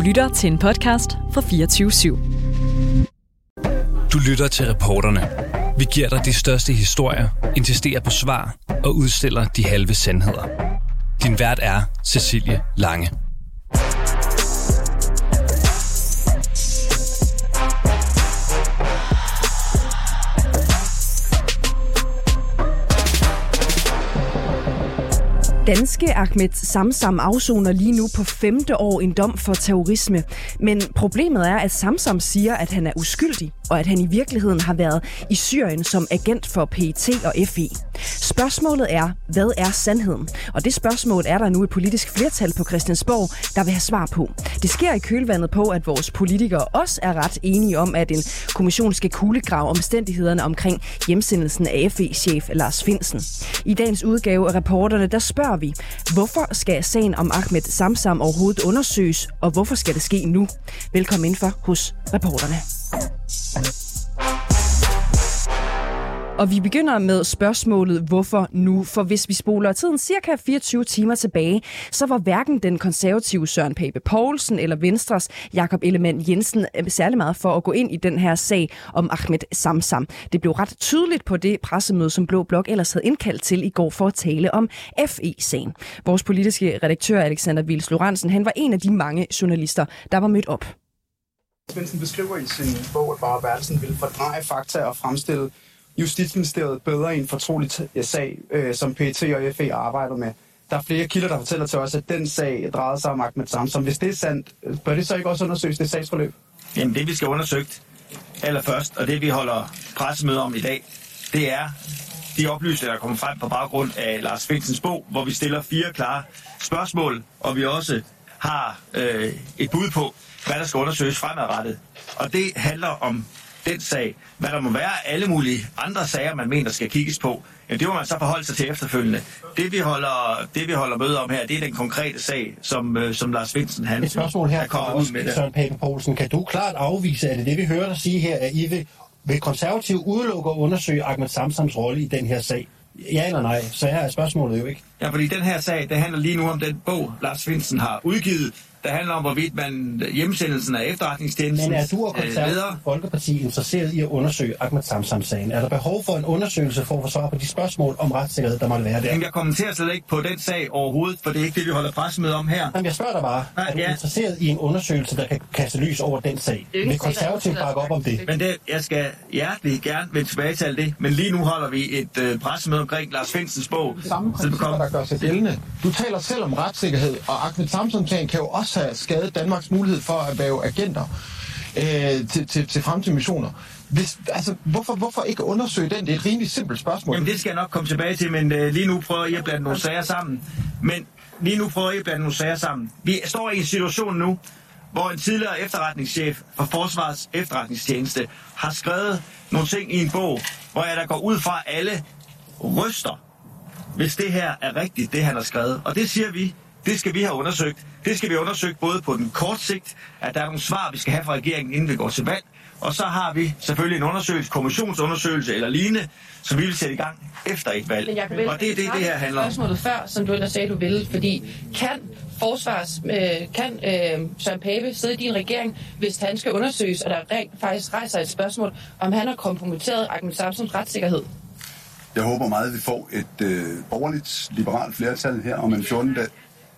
lytter til en podcast fra 24/7. Du lytter til Reporterne. Vi giver dig de største historier, insisterer på svar og udstiller de halve sandheder. Din vært er Cecilie Lange. Danske Ahmed Samsam afsoner lige nu på 5. år en dom for terrorisme. Men problemet er, at Samsam siger, at han er uskyldig, og at han i virkeligheden har været i Syrien som agent for PET og FE. Spørgsmålet er, hvad er sandheden? Og det spørgsmål er der nu et politisk flertal på Christiansborg, der vil have svar på. Det sker i kølvandet på, at vores politikere også er ret enige om, at en kommission skal kuglegrave omstændighederne omkring hjemsendelsen af FE-chef Lars Findsen. I dagens udgave af Reporterne, der spørger vi, hvorfor skal sagen om Ahmed Samsam overhovedet undersøges, og hvorfor skal det ske nu? Velkommen indenfor hos Reporterne. Og vi begynder med spørgsmålet, hvorfor nu? For hvis vi spoler tiden cirka 24 timer tilbage, så var hverken den konservative Søren Pape Poulsen eller Venstres Jakob Ellemann-Jensen særlig meget for at gå ind i den her sag om Ahmed Samsam. Det blev ret tydeligt på det pressemøde, som Blå Blok ellers havde indkaldt til i går for at tale om FE-sagen. Vores politiske redaktør Alexander Vils Lorentzen, han var en af de mange journalister, der var mødt op. Svendsen beskriver i sin bog, at Barbara Bertelsen vil fordreje fakta og fremstille Justitsministeriet bedre i en fortrolig sag, som PET og FE arbejder med. Der er flere kilder, der fortæller til os, at den sag drejede sig om Ahmed Samsam. Hvis det er sandt, bør det så ikke også undersøges, det sagsforløb? Jamen det, vi skal undersøgt allerførst, og det vi holder pressemøde om i dag, det er de oplysninger, der kommer frem på baggrund af Lars Findsens bog, hvor vi stiller 4 klare spørgsmål, og vi også har et bud på, hvad der skal undersøges fremadrettet. Og det handler om den sag. Hvad der må være alle mulige andre sager, man mener skal kigges på, jamen det må man så forholde sig til efterfølgende. Det vi holder møde om her, det er den konkrete sag, som Lars Findsen han et spørgsmål her fra Søren Pape Poulsen. Kan du klart afvise, at det vi hører dig sige her, at I vil konservativt udelukke og undersøge Ahmed Samsams rolle i den her sag? Ja eller nej? Så her er spørgsmålet jo ikke. Ja, fordi den her sag, det handler lige nu om den bog, Lars Findsen har udgivet. Der handler om, hvorvidt man hjemsendelsen af efterretningstjenesten. Men er du og Konservative Folkeparti interesseret i at undersøge Ahmed Samsam-sagen? Er der behov for en undersøgelse for at få svar på de spørgsmål om retssikkerhed, der måtte være der? Jamen, jeg kommenterer slet ikke på den sag overhovedet, for det er ikke det, vi holder pressemøde om her. Jamen, jeg spørger dig bare, er du interesseret i en undersøgelse, der kan kaste lys over den sag? Vil Konservative bakke op om det? Men jeg skal hjertelig gerne vende tilbage til det, men lige nu holder vi et pressemøde omkring Lars Findsens bog. Samme principper, der gør sig gældende. Du taler selv om retssikkerhed, og Ahmed Samsam-sagen kan jo også have skadet Danmarks mulighed for at være agenter til fremtidige missioner. Hvorfor ikke undersøge den? Det er et rimelig simpelt spørgsmål. Jamen det skal jeg nok komme tilbage til, men lige nu prøver jeg at blande nogle sager sammen. Vi står i en situation nu, hvor en tidligere efterretningschef for Forsvarets efterretningstjeneste har skrevet nogle ting i en bog, hvor jeg der går ud fra alle ryster, hvis det her er rigtigt, det han har skrevet. Og det siger vi, det skal vi have undersøgt. Det skal vi undersøge både på den korte sigt, at der er nogle svar, vi skal have fra regeringen, inden vi går til valg. Og så har vi selvfølgelig en undersøgelse, kommissionsundersøgelse eller lignende, som vi vil sætte i gang efter et valg. Og det er det her handler om. Spørgsmålet før, som du ellers sagde, du ville, fordi kan Søren Pape sidde i din regering, hvis han skal undersøges, og der faktisk rejser et spørgsmål, om han har kompromitteret Ahmed Samsams retssikkerhed? Jeg håber meget, at vi får et borgerligt, liberalt flertal her om en 14-dag.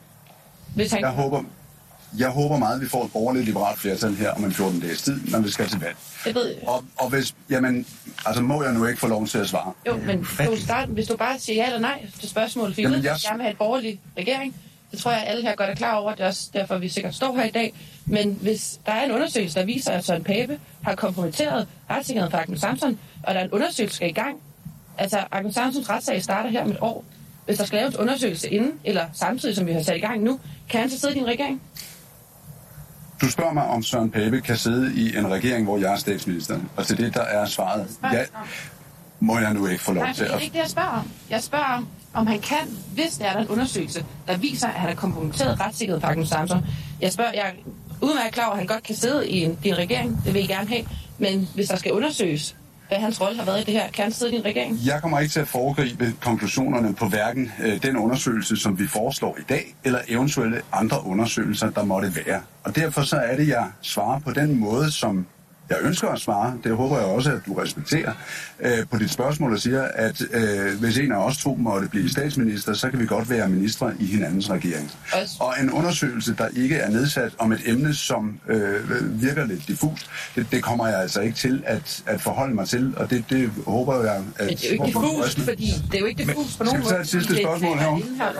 Jeg håber meget, at vi får et borgerligt, liberalt flertal her om en 14-dages tid, når vi skal til valg. Det ved jeg. Og hvis, må jeg nu ikke få lov til at svare? Jo, men hvis du bare siger ja eller nej til spørgsmålet, fordi jeg gerne vil have et borgerlig regering, det tror jeg, alle her godt er klar over. Det er også derfor, vi sikkert står her i dag. Men hvis der er en undersøgelse, der viser, at Søren Pape har kompromitteret retssikkerheden for Ahmed Samsam, og der er en undersøgelse, der skal i gang, altså Ahmed Samsams retssag starter her om et år. Hvis der skal laves undersøgelse inden, eller samtidig, som vi har sat i gang nu, kan han så sidde i din regering? Du spørger mig, om Søren Pape kan sidde i en regering, hvor jeg er statsminister. Og til det, der er svaret. Ja, må jeg nu ikke få lov til at... Det er ikke det, jeg spørger om. Jeg spørger om han kan, hvis der er en undersøgelse, der viser, at han har kompromitteret retssikkerhed for Ahmed Samsam. Jeg er udmærket klar over, at han godt kan sidde i din regering. Det vil I gerne have. Men hvis der skal undersøges, hvad hans rolle har været i det her? Kan han sidde i din regering? Jeg kommer ikke til at foregribe konklusionerne på hverken den undersøgelse, som vi foreslår i dag, eller eventuelle andre undersøgelser, der måtte være. Og derfor så er det, jeg svarer på den måde, som jeg ønsker at svare. Det håber jeg også, at du respekterer på dit spørgsmål og siger, at hvis en af os to måtte blive statsminister, så kan vi godt være ministre i hinandens regering. Og en undersøgelse, der ikke er nedsat om et emne, som virker lidt diffust, det kommer jeg altså ikke til at forholde mig til, og det håber jeg, at... Men det er jo ikke diffust, fordi det er jo ikke diffust på nogen måde. Skal vi tage et sidste spørgsmål herovre?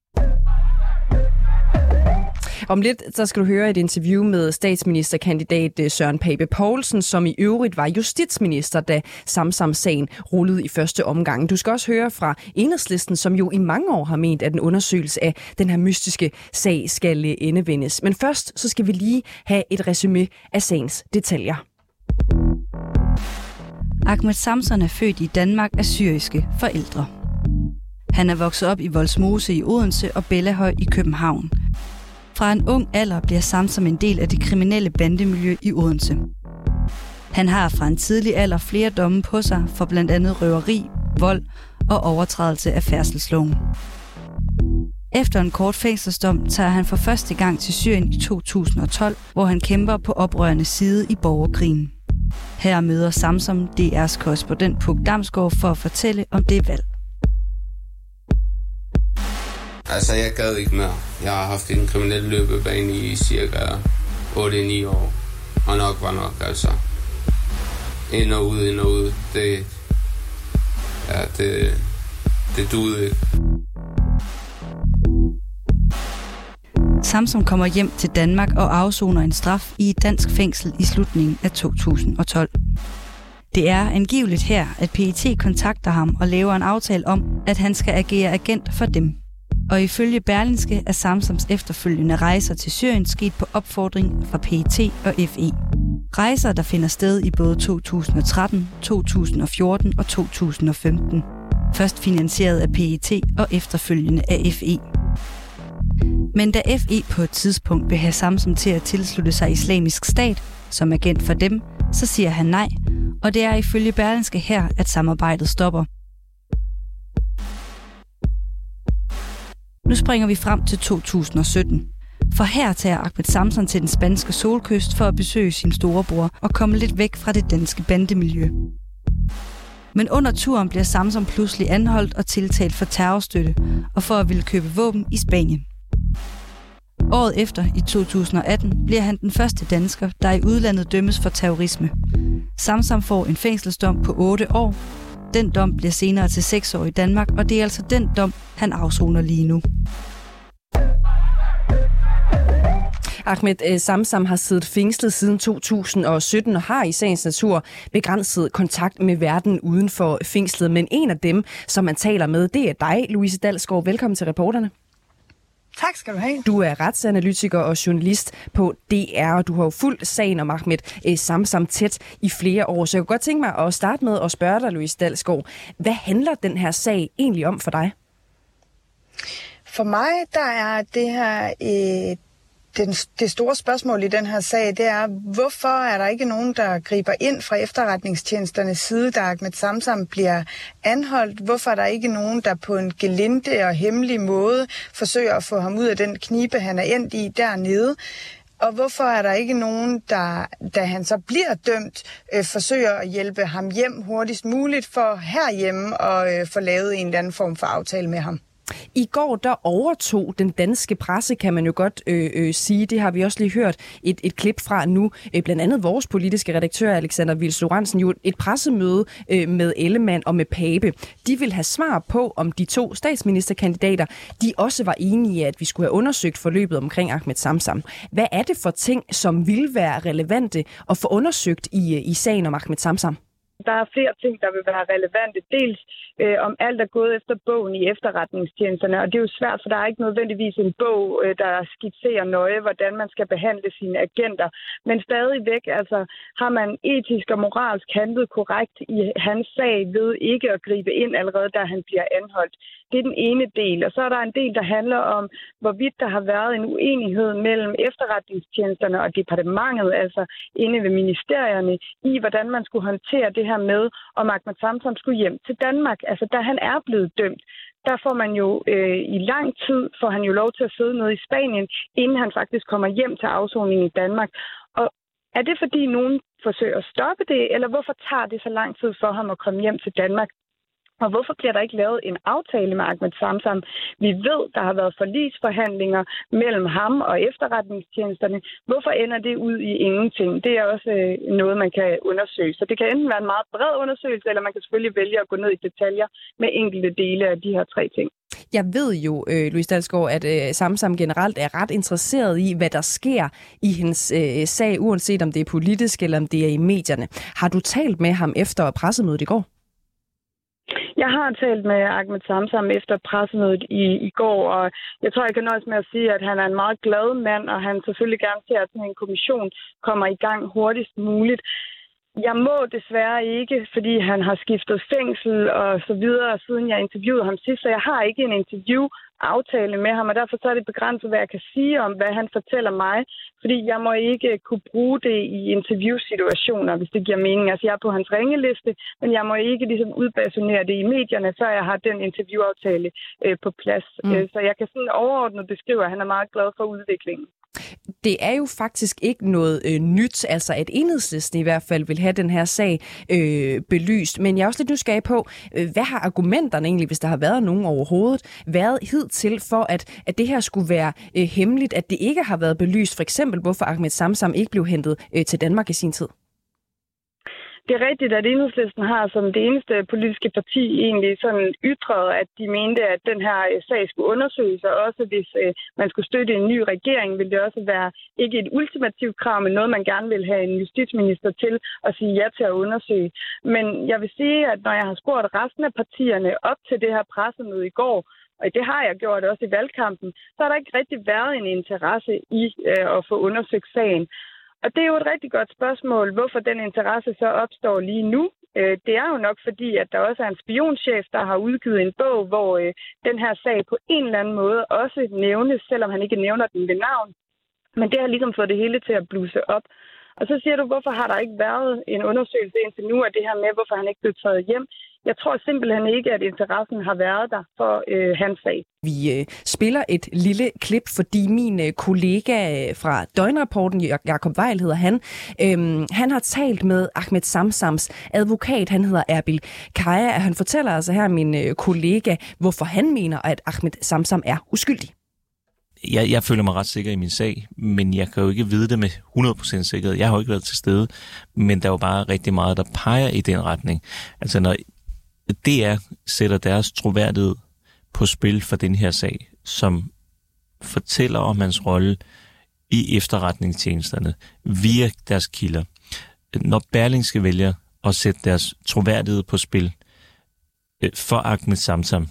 Om lidt, så skal du høre et interview med statsministerkandidat Søren Pape Poulsen, som i øvrigt var justitsminister, da Samsam-sagen rullede i første omgang. Du skal også høre fra Enhedslisten, som jo i mange år har ment, at en undersøgelse af den her mystiske sag skal endevendes. Men først, så skal vi lige have et resumé af sagens detaljer. Ahmed Samsam er født i Danmark af syriske forældre. Han er vokset op i Vollsmose i Odense og Bellahøj i København. Fra en ung alder bliver Samsam en del af det kriminelle bandemiljø i Odense. Han har fra en tidlig alder flere domme på sig for blandt andet røveri, vold og overtrædelse af færdselsloven. Efter en kort fængselsdom tager han for første gang til Syrien i 2012, hvor han kæmper på oprørernes side i borgerkrigen. Her møder Samsam DR's korrespondent Puk Damsgaard for at fortælle om det valg. Altså, jeg gad ikke mere. Jeg har haft en kriminel løbebane i cirka 8-9 år. Og nok var nok, altså. Ind og ud. Det duede ikke. Samsam kommer hjem til Danmark og afsoner en straf i et dansk fængsel i slutningen af 2012. Det er angiveligt her, at PET kontakter ham og laver en aftale om, at han skal agere agent for dem. Og ifølge Berlingske er Samsams efterfølgende rejser til Syrien sket på opfordring fra PET og FE. Rejser, der finder sted i både 2013, 2014 og 2015. Først finansieret af PET og efterfølgende af FE. Men da FE på et tidspunkt vil have Samsam til at tilslutte sig Islamisk Stat som agent for dem, så siger han nej, og det er ifølge Berlingske her, at samarbejdet stopper. Nu springer vi frem til 2017. For her tager Ahmed Samsam til den spanske solkyst for at besøge sin storebror og komme lidt væk fra det danske bandemiljø. Men under turen bliver Samsam pludselig anholdt og tiltalt for terrorstøtte og for at ville købe våben i Spanien. Året efter, i 2018, bliver han den første dansker, der i udlandet dømmes for terrorisme. Samsam får en fængselsdom på 8 år. Den dom bliver senere til 6 år i Danmark, og det er altså den dom, han afsoner lige nu. Ahmed Samsam har siddet fængslet siden 2017 og har i sagens natur begrænset kontakt med verden uden for fængslet. Men en af dem, som man taler med, det er dig, Louise Dalsgaard. Velkommen til Reporterne. Tak skal du have. Du er retsanalytiker og journalist på DR, og du har jo fulgt sagen om Ahmed Samsam tæt i flere år. Så jeg kunne godt tænke mig at starte med at spørge dig, Louise Dalsgaard. Hvad handler den her sag egentlig om for dig? For mig, der er det her det store spørgsmål i den her sag, det er, hvorfor er der ikke nogen, der griber ind fra efterretningstjenesternes side, da Ahmed Samsam bliver anholdt? Hvorfor er der ikke nogen, der på en gelinde og hemmelig måde forsøger at få ham ud af den knibe, han er endt i dernede? Og hvorfor er der ikke nogen, der, da han så bliver dømt, forsøger at hjælpe ham hjem hurtigst muligt for herhjemme og få lavet en eller anden form for aftale med ham? I går der overtog den danske presse, kan man jo godt sige. Det har vi også lige hørt et klip fra nu. Blandt andet vores politiske redaktør, Alexander Vils Lorentzen, jo et pressemøde med Ellemann og med Pape. De vil have svar på, om de to statsministerkandidater, de også var enige i, at vi skulle have undersøgt forløbet omkring Ahmed Samsam. Hvad er det for ting, som vil være relevante at få undersøgt i sagen om Ahmed Samsam? Der er flere ting, der vil være relevante. Dels om alt er gået efter bogen i efterretningstjenesterne, og det er jo svært, for der er ikke nødvendigvis en bog, der skitserer nøje, hvordan man skal behandle sine agenter. Men stadigvæk, altså, har man etisk og moralsk handlet korrekt i hans sag ved ikke at gribe ind allerede, da han bliver anholdt. Det er den ene del. Og så er der en del, der handler om, hvorvidt der har været en uenighed mellem efterretningstjenesterne og departementet, altså inde ved ministerierne, i hvordan man skulle håndtere det her med, om Ahmed Samsam skulle hjem til Danmark. Altså, da han er blevet dømt, der får man jo i lang tid, får han jo lov til at sidde nede i Spanien, inden han faktisk kommer hjem til afsoning i Danmark. Og er det fordi nogen forsøger at stoppe det, eller hvorfor tager det så lang tid for ham at komme hjem til Danmark? Og hvorfor bliver der ikke lavet en aftale med Ahmed Samsam? Vi ved, der har været forligsforhandlinger mellem ham og efterretningstjenesterne. Hvorfor ender det ud i ingenting? Det er også noget, man kan undersøge. Så det kan enten være en meget bred undersøgelse, eller man kan selvfølgelig vælge at gå ned i detaljer med enkelte dele af de her 3 ting. Jeg ved jo, Louise Dalsgaard, at Samsam generelt er ret interesseret i, hvad der sker i hendes sag, uanset om det er politisk eller om det er i medierne. Har du talt med ham efter pressemødet i går? Jeg har talt med Ahmed Samsam efter pressemødet i går, og jeg tror, jeg kan nøjes med at sige, at han er en meget glad mand, og han selvfølgelig gerne ser, at sådan en kommission kommer i gang hurtigst muligt. Jeg må desværre ikke, fordi han har skiftet fængsel og så videre, siden jeg interviewede ham sidst, så jeg har ikke en interview-aftale med ham, og derfor så er det begrænset, hvad jeg kan sige om, hvad han fortæller mig, fordi jeg må ikke kunne bruge det i interviewsituationer, hvis det giver mening. Altså, jeg er på hans ringeliste, men jeg må ikke ligesom udbasunere det i medierne, før jeg har den interviewaftale på plads. Så jeg kan sådan overordnet beskrive, at han er meget glad for udviklingen. Det er jo faktisk ikke noget nyt, altså at Enhedslisten i hvert fald vil have den her sag belyst. Men jeg er også lidt nysgerrig på, hvad har argumenterne egentlig, hvis der har været nogen overhovedet, været hidtil for, at det her skulle være hemmeligt, at det ikke har været belyst? For eksempel, hvorfor Ahmed Samsam ikke blev hentet til Danmark i sin tid? Det er rigtigt, at Enhedslisten har som det eneste politiske parti egentlig sådan ytret, at de mente, at den her sag skulle undersøges, og også hvis man skulle støtte en ny regering, ville det også være ikke et ultimativt krav, men noget, man gerne vil have en justitsminister til at sige ja til at undersøge. Men jeg vil sige, at når jeg har spurgt resten af partierne op til det her pressemøde i går, og det har jeg gjort også i valgkampen, så har der ikke rigtig været en interesse i at få undersøgt sagen. Og det er jo et rigtig godt spørgsmål, hvorfor den interesse så opstår lige nu. Det er jo nok fordi, at der også er en spionchef, der har udgivet en bog, hvor den her sag på en eller anden måde også nævnes, selvom han ikke nævner den ved navn. Men det har ligesom fået det hele til at bluse op. Og så siger du, hvorfor har der ikke været en undersøgelse indtil nu af det her med, hvorfor han ikke blev taget hjem? Jeg tror simpelthen ikke, at interessen har været der for hans sag. Vi spiller et lille klip, fordi min kollega fra Døgnrapporten, Jakob Weil hedder han, han har talt med Ahmed Samsams advokat, han hedder Erbil Kaya, og han fortæller altså her, min kollega, hvorfor han mener, at Ahmed Samsam er uskyldig. Jeg føler mig ret sikker i min sag, men jeg kan jo ikke vide det med 100% sikkerhed. Jeg har jo ikke været til stede, men der er jo bare rigtig meget, der peger i den retning. Altså når DR sætter deres troværdighed på spil for den her sag, som fortæller om hans rolle i efterretningstjenesterne via deres kilder. Når Berlingske vælger at sætte deres troværdighed på spil for Ahmed Samsam,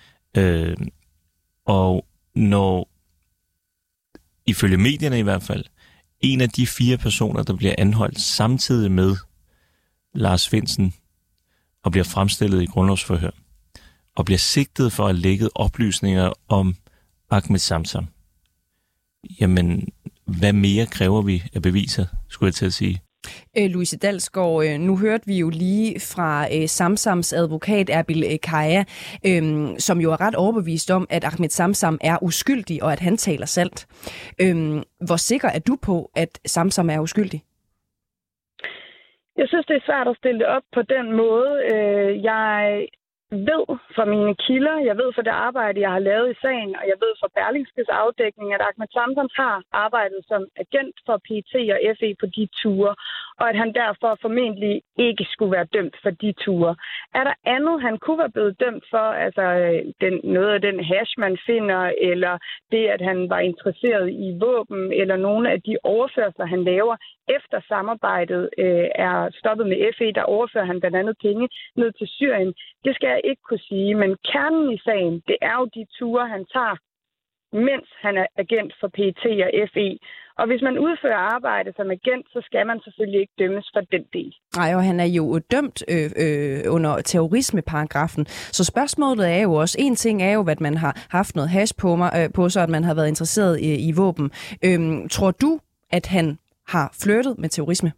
og når ifølge medierne i hvert fald, en af de 4 personer, der bliver anholdt samtidig med Lars Findsen og bliver fremstillet i grundlovsforhør, og bliver sigtet for at lægge oplysninger om Ahmed Samsam. Jamen, hvad mere kræver vi af beviser, skulle jeg til at sige? Louise Dalsgaard, nu hørte vi jo lige fra Samsams advokat Erbil Kaya, som jo er ret overbevist om, at Ahmed Samsam er uskyldig, og at han taler sandt. Hvor sikker er du på, at Samsam er uskyldig? Jeg synes, det er svært at stille det op på den måde. Jeg ved fra mine kilder, jeg ved fra det arbejde, jeg har lavet i sagen, og jeg ved fra Berlingskes afdækning, at Ahmed Samsam har arbejdet som agent for PET og FE på de ture, og at han derfor formentlig ikke skulle være dømt for de ture. Er der andet, han kunne være blevet dømt for, altså noget af den hash, man finder, eller det, at han var interesseret i våben, eller nogle af de overførsler, han laver, efter samarbejdet er stoppet med FE, der overfører han blandt andet penge ned til Syrien. Det skal jeg ikke kunne sige, men kernen i sagen, det er jo de ture, han tager, mens han er agent for PET og FE. Og hvis man udfører arbejde som agent, så skal man selvfølgelig ikke dømmes for den del. Nej, og han er jo dømt under terrorismeparagrafen. Så spørgsmålet er jo også, en ting er jo, at man har haft noget hash på sig, at man har været interesseret i våben. Tror du, at han har flirtet med terrorisme?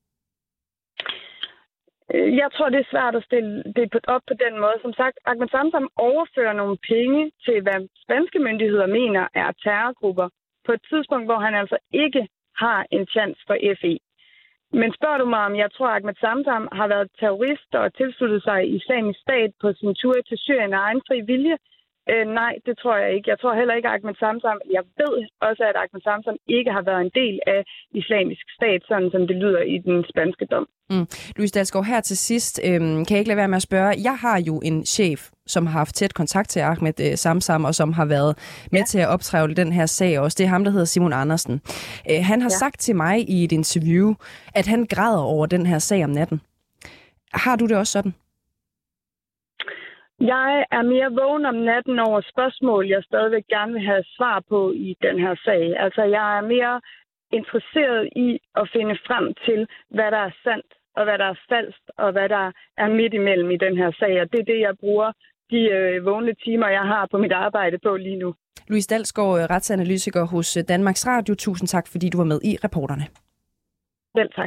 Jeg tror, det er svært at stille det op på den måde. Som sagt, Ahmed Samsam overfører nogle penge til, hvad spanske myndigheder mener er terrorgrupper, på et tidspunkt, hvor han altså ikke har en chance for FE. Men spørger du mig, om jeg tror, at Ahmed Samsam har været terrorist og tilsluttet sig Islamisk Stat på sin tur til Syrien af egen fri vilje? Nej, det tror jeg ikke. Jeg tror heller ikke, at Ahmed Samsam... Jeg ved også, at Ahmed Samsam ikke har været en del af Islamisk Stat, sådan som det lyder i den spanske dom. Louise Dalsgaard, her til sidst kan jeg ikke lade være med at spørge. Jeg har jo en chef, som har haft tæt kontakt til Ahmed Samsam, og som har været med til at optrævle den her sag også. Det er ham, der hedder Simon Andersen. Han har sagt til mig i et interview, at han græder over den her sag om natten. Har du det også sådan? Jeg er mere vågen om natten over spørgsmål, jeg stadigvæk gerne vil have svar på i den her sag. Altså, jeg er mere interesseret i at finde frem til, hvad der er sandt, og hvad der er falsk, og hvad der er midt imellem i den her sag. Og det er det, jeg bruger de vågne timer, jeg har på mit arbejde på lige nu. Louise Dalsgaard, retsanalytiker hos Danmarks Radio. Tusind tak, fordi du var med i Reporterne. Selv tak.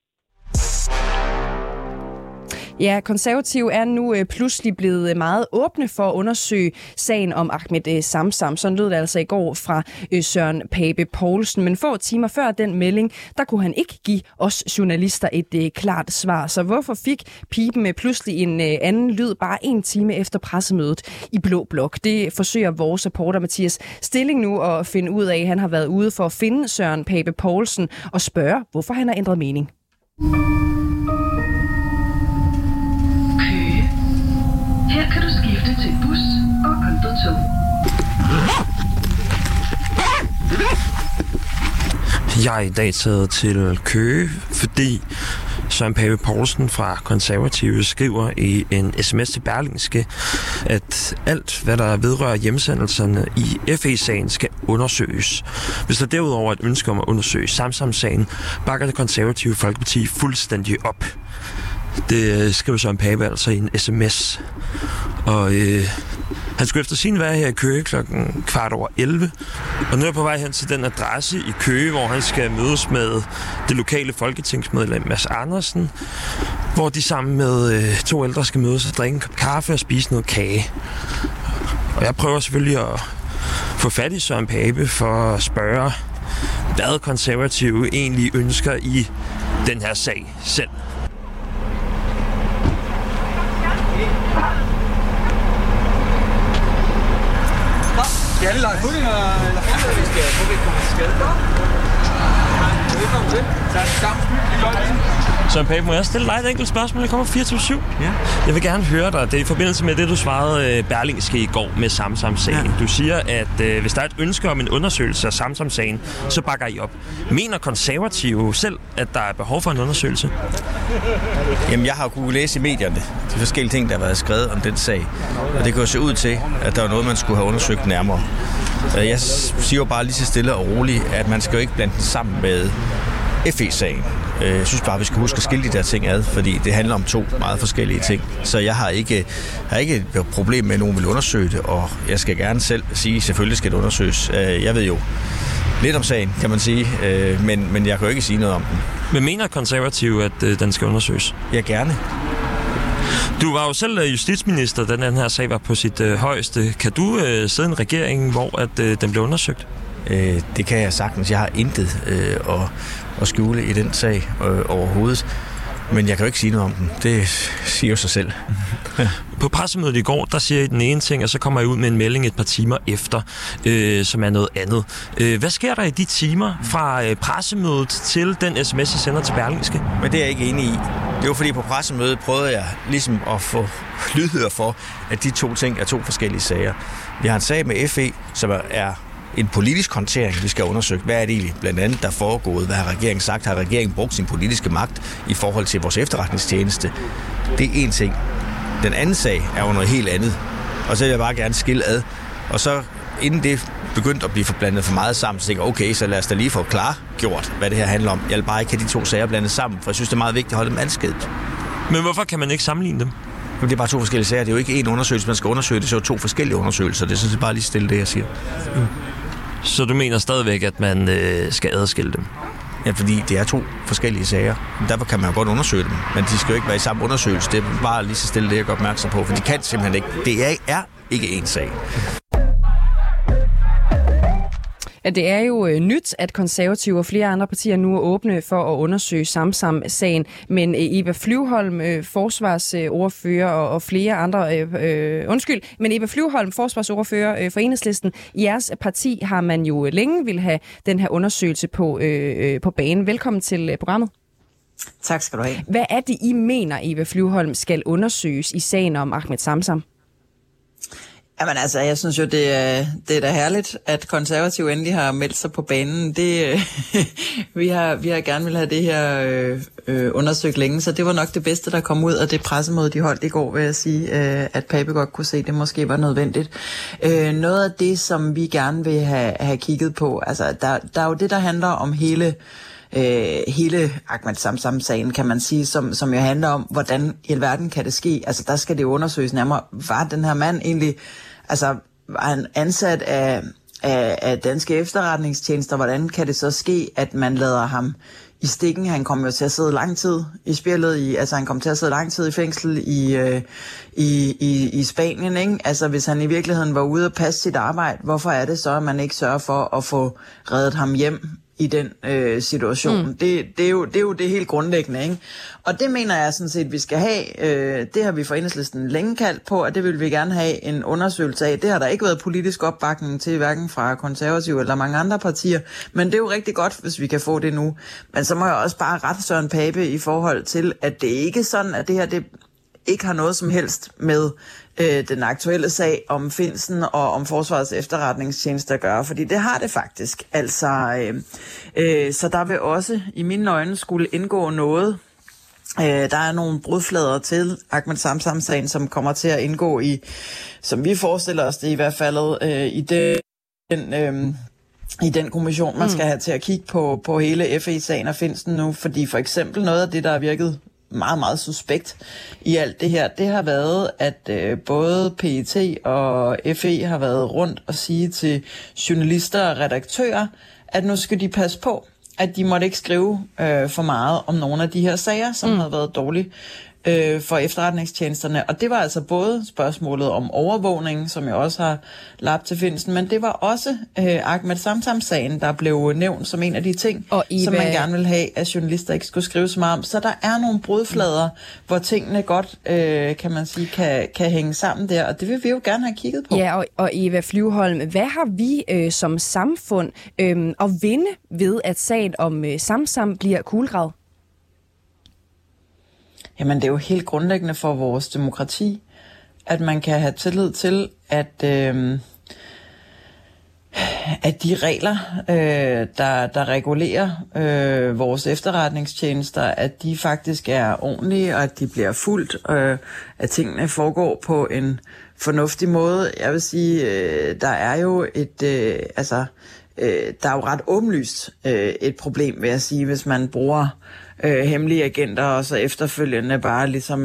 Ja, Konservative er nu pludselig blevet meget åbne for at undersøge sagen om Ahmed Samsam. Sådan lød det altså i går fra Søren Pape Poulsen. Men få timer før den melding, der kunne han ikke give os journalister et klart svar. Så hvorfor fik pipen med pludselig en anden lyd bare en time efter pressemødet i Blå Blok? Det forsøger vores reporter Mathias Stilling nu at finde ud af. Han har været ude for at finde Søren Pape Poulsen og spørge, hvorfor han har ændret mening. Her kan du skifte til bus og andre tog. Jeg er i dag taget til Køge, fordi Søren Pape Poulsen fra Konservative skriver i en sms til Berlingske, at alt, hvad der vedrører hjemsendelserne i FE-sagen, skal undersøges. Hvis der derudover er et ønske om at undersøge Samsam-sagen, bakker det Konservative Folkeparti fuldstændig op. Det skriver Søren Pape altså i en sms. Og han skulle efter sin være her i Køge klokken 11:15. Og nu er jeg på vej hen til den adresse i Køge, hvor han skal mødes med det lokale folketingsmedlem Mads Andersen, hvor de sammen med 2 ældre skal mødes og drikke en kop kaffe og spise noget kage. Og jeg prøver selvfølgelig at få fat i Søren Pape for at spørge, hvad Konservative egentlig ønsker i den her sag selv. Skal alle lege pudding, eller hvad? Vi skal få væk skade. Velkommen til. Søren Pape, må jeg stille dig et enkelt spørgsmål? Jeg kommer 24/7. Ja. Jeg vil gerne høre dig. Det er i forbindelse med det, du svarede Berlingske i går med Samsam-sagen. Ja. Du siger, at hvis der er et ønske om en undersøgelse af Samsam-sagen, så bakker I op. Mener Konservative selv, at der er behov for en undersøgelse? Jamen, jeg har kunnet læse i medierne de forskellige ting, der har været skrevet om den sag. Og det kan jo se ud til, at der var noget, man skulle have undersøgt nærmere. Jeg siger jo bare lige så stille og roligt, at man skal jo ikke blande den sammen med FE-sagen. Jeg synes bare, vi skal huske at skille de der ting ad, fordi det handler om 2 meget forskellige ting. Så jeg har ikke et problem med, at nogen vil undersøge det, og jeg skal gerne selv sige, at selvfølgelig skal det undersøges. Jeg ved jo lidt om sagen, kan man sige, men jeg kan jo ikke sige noget om den. Men mener Konservative, at den skal undersøges? Ja, gerne. Du var jo selv justitsminister, da den her sag var på sit højeste. Kan du sidde i en regering, hvor den blev undersøgt? Det kan jeg sagtens. Jeg har intet at skjule i den sag overhovedet. Men jeg kan jo ikke sige noget om den. Det siger jo sig selv. På pressemødet i går, der siger I den ene ting, og så kommer I ud med en melding et par timer efter, som er noget andet. Hvad sker der i de timer fra pressemødet til den sms, I sender til Berlingske? Men det er jeg ikke enig i. Det var fordi på pressemødet prøvede jeg ligesom at få lydhør for, at de 2 ting er 2 forskellige sager. Vi har en sag med FE, som er en politisk håndtering, vi skal undersøge. Hvad er det egentlig blandt andet, der er foregået? Hvad har regeringen sagt? Har regeringen brugt sin politiske magt i forhold til vores efterretningstjeneste? Det er en ting. Den anden sag er jo noget helt andet. Og så vil jeg bare gerne skille ad. Og så inden det begyndte at blive forblandet for meget sammen, så tænkte jeg, okay, så lad os da lige få klargjort, hvad det her handler om. Jeg vil bare ikke have de to sager blandet sammen, for jeg synes, det er meget vigtigt at holde dem adskilt. Men hvorfor kan man ikke sammenligne dem? Men det er bare to forskellige sager. Det er jo ikke én undersøgelse, man skal undersøge. Det er jo to forskellige undersøgelser. Det er sådan set bare lige stille det, jeg siger. Så du mener stadigvæk, at man skal adskille dem? Ja, fordi det er to forskellige sager. Derfor kan man jo godt undersøge dem. Men de skal jo ikke være i samme undersøgelse. Det er bare lige så stille det, jeg gør opmærksom på. For de kan simpelthen ikke. Det er ikke én sag. Ja, det er jo nyt, at Konservative og flere andre partier nu er åbne for at undersøge Samsam-sagen. Men Eva Flyvholm, forsvarsordfører og flere andre... Men Eva Flyvholm, forsvarsordfører for Enhedslisten, i jeres parti har man jo længe vil have den her undersøgelse på banen. Velkommen til programmet. Tak skal du have. Hvad er det, I mener, Eva Flyvholm, skal undersøges i sagen om Ahmed Samsam? Jamen altså, jeg synes jo, det er da herligt, at Konservative endelig har meldt sig på banen. Vi har gerne vil have det her undersøgt længe, så det var nok det bedste, der kom ud af det pressemøde, de holdt i går, vil jeg sige, at Pape godt kunne se, at det måske var nødvendigt. Noget af det, som vi gerne vil have kigget på, altså der er jo det, der handler om hele Ahmed Samsam-sagen, kan man sige, som jo handler om, hvordan i alverden kan det ske. Altså, der skal det undersøges nærmere. Var den her mand egentlig, altså, var han ansat af danske efterretningstjenester? Hvordan kan det så ske, at man lader ham i stikken? Han kom jo til at sidde lang tid i spjældet, altså han kom til at sidde lang tid i fængsel i Spanien, ikke? Altså, hvis han i virkeligheden var ude at passe sit arbejde, hvorfor er det så, at man ikke sørger for at få reddet ham hjem i den situation? Det er jo det helt grundlæggende, ikke? Og det mener jeg sådan set, vi skal have. Det har vi for Enhedslisten længe kaldt på, og det vil vi gerne have en undersøgelse af. Det har der ikke været politisk opbakning til, hverken fra Konservative eller mange andre partier, men det er jo rigtig godt, hvis vi kan få det nu. Men så må jeg også bare rette Søren Pape i forhold til, at det ikke er sådan, at det her det ikke har noget som helst med den aktuelle sag om Findsen og om Forsvarets efterretningstjeneste at gøre, fordi det har det faktisk. Altså, så der vil også i mine øjne skulle indgå noget. Der er nogle brudflader til Ahmed Samsam-sagen, som kommer til at indgå i, som vi forestiller os det i hvert fald, i den kommission, man skal have til at kigge på hele FE-sagen og Findsen nu, fordi for eksempel noget af det, der har virket meget, meget suspekt i alt det her, det har været, at både PET og FE har været rundt og sige til journalister og redaktører, at nu skal de passe på, at de måtte ikke skrive for meget om nogle af de her sager, som havde været dårlige for efterretningstjenesterne. Og det var altså både spørgsmålet om overvågning, som jeg også har lapt til Findsen, men det var også Ahmed Samsam-sagen, der blev nævnt som en af de ting, som man gerne vil have, at journalister ikke skulle skrive så meget om. Så der er nogle brudflader, hvor tingene godt, kan man sige, kan hænge sammen der, og det vil vi jo gerne have kigget på. Ja, og Eva Flyvholm, hvad har vi som samfund at vinde ved, at sagen om Samsam bliver kulegravet? Jamen, det er jo helt grundlæggende for vores demokrati, at man kan have tillid til, at de regler, der regulerer vores efterretningstjenester, at de faktisk er ordentlige, og at de bliver fulgt, at tingene foregår på en fornuftig måde. Jeg vil sige, der er jo der er jo ret åbenlyst et problem, vil jeg sige, hvis man bruger hemmelige agenter, og så efterfølgende bare ligesom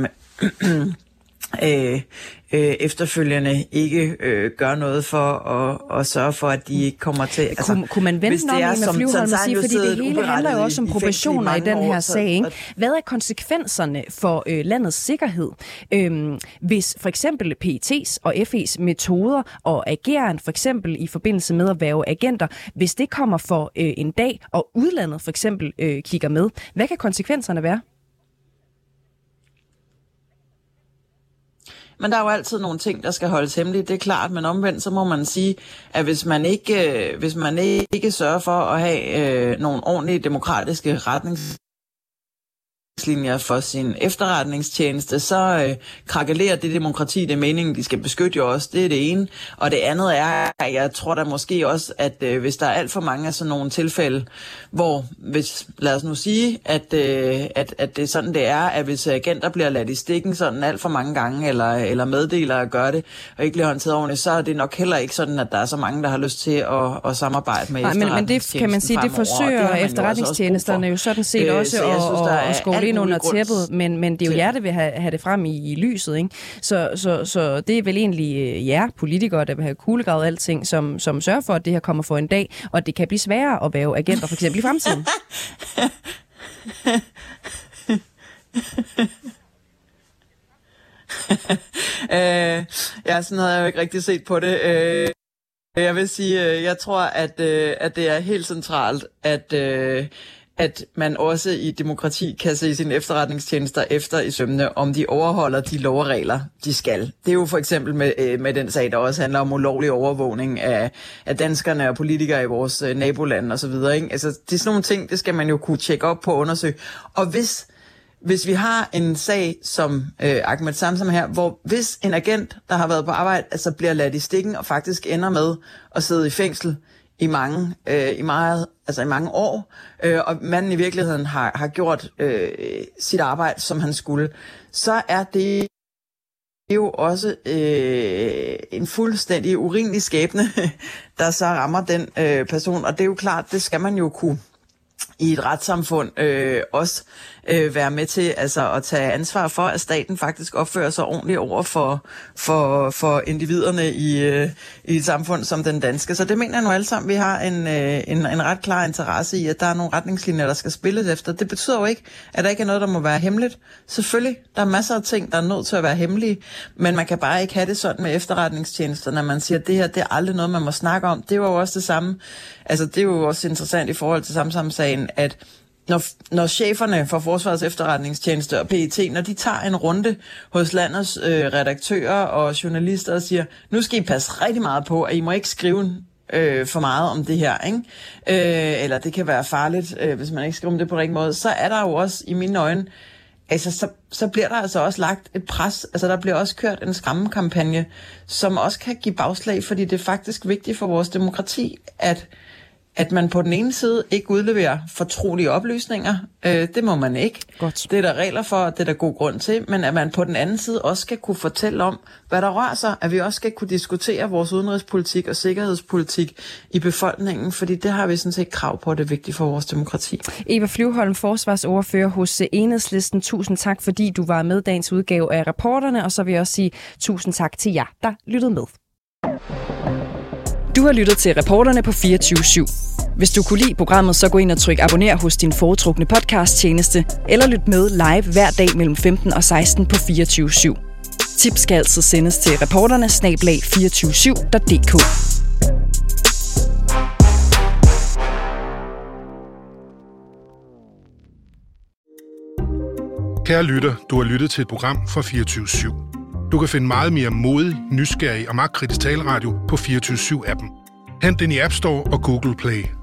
efterfølgende ikke gør noget for at sørge for, at de ikke kommer til... Altså, kunne man vente om med Flyvholm og sige, fordi det hele handler jo også om proportioner i den her sag, ikke? Hvad er konsekvenserne for landets sikkerhed, hvis for eksempel PET's og FE's metoder og ageren, for eksempel i forbindelse med at være agenter, hvis det kommer for en dag, og udlandet for eksempel kigger med? Hvad kan konsekvenserne være? Men der er jo altid nogle ting, der skal holdes hemmelige, det er klart, men omvendt så må man sige, at hvis man ikke sørger for at have nogle ordentlige demokratiske retningslinjer retningslinjer for sin efterretningstjeneste, så krakelerer det demokrati, det er meningen, de skal beskytte jo også. Det er det ene. Og det andet er, at jeg tror da måske også, at hvis der er alt for mange af sådan nogle tilfælde, hvor, lad os nu sige, at det er sådan, det er, at hvis agenter bliver ladt i stikken sådan alt for mange gange, eller meddeler at gøre det, og ikke bliver håndteret ordentligt, så er det nok heller ikke sådan, at der er så mange, der har lyst til at samarbejde med efterretningstjenesten. Men det kan man sige, det forsøger efterretningstjenesterne jo sådan set også at skåle ind under tæppet, men det er jo jer, der vil have det frem i lyset, ikke? Så det er vel egentlig jer politikere, der vil have kuglegravet alting, som sørger for, at det her kommer for en dag, og det kan blive sværere at være agenter, for eksempel i fremtiden. Sådan havde jeg jo ikke rigtig set på det. Jeg vil sige, jeg tror, at det er helt centralt, at man også i demokrati kan se sine efterretningstjenester efter i sømmene, om de overholder de lov og regler, de skal. Det er jo for eksempel med den sag, der også handler om ulovlig overvågning af danskerne og politikere i vores nabolande osv. Altså, det er sådan nogle ting, det skal man jo kunne tjekke op på og undersøge. Og hvis vi har en sag som Ahmed Samsam her, hvor hvis en agent, der har været på arbejde, altså bliver ladt i stikken og faktisk ender med at sidde i fængsel i mange år, og manden i virkeligheden har gjort sit arbejde, som han skulle, så er det jo også en fuldstændig urimelig skæbne, der så rammer den person, og det er jo klart, det skal man jo kunne i et retssamfund også være med til altså at tage ansvar for, at staten faktisk opfører sig ordentligt over for individerne i et samfund som den danske. Så det mener jeg nu alle sammen, vi har en ret klar interesse i, at der er nogle retningslinjer, der skal spilles efter. Det betyder jo ikke, at der ikke er noget, der må være hemmeligt. Selvfølgelig, der er masser af ting, der er nødt til at være hemmelige, men man kan bare ikke have det sådan med efterretningstjenester, når man siger, at det her, det er aldrig noget, man må snakke om. Det var jo også det samme. Altså, det er jo også interessant i forhold til Samsam-sagen, at når cheferne for Forsvarets efterretningstjeneste og PET, når de tager en runde hos landets redaktører og journalister og siger, nu skal I passe rigtig meget på, at I må ikke skrive for meget om det her, ikke? Eller det kan være farligt, hvis man ikke skriver om det på rigtig måde, så er der jo også i mine øjne, altså så bliver der altså også lagt et pres, altså der bliver også kørt en skræmmekampagne, som også kan give bagslag, fordi det er faktisk vigtigt for vores demokrati, at man på den ene side ikke udleverer fortrolige oplysninger. Det må man ikke. Godt. Det er der regler for, det er der god grund til, men at man på den anden side også skal kunne fortælle om, hvad der rører sig, at vi også skal kunne diskutere vores udenrigspolitik og sikkerhedspolitik i befolkningen, fordi det har vi sådan set krav på, det er vigtigt for vores demokrati. Eva Flyvholm, forsvarsordfører hos Enhedslisten. Tusind tak, fordi du var med dagens udgave af Reporterne, og så vil jeg også sige tusind tak til jer, der lyttede med. Du har lyttet til Reporterne på 24/7. Hvis du kunne lide programmet, så gå ind og tryk abonner hos din foretrukne podcasttjeneste, eller lyt med live hver dag mellem 15 og 16 på 24/7. Tips skal altid sendes til reporterne@247.dk. Kære lytter, du har lyttet til et program fra 24/7. Du kan finde meget mere modig, nysgerrig og magtkritisk taleradio på 24/7-appen. Hent den i App Store og Google Play.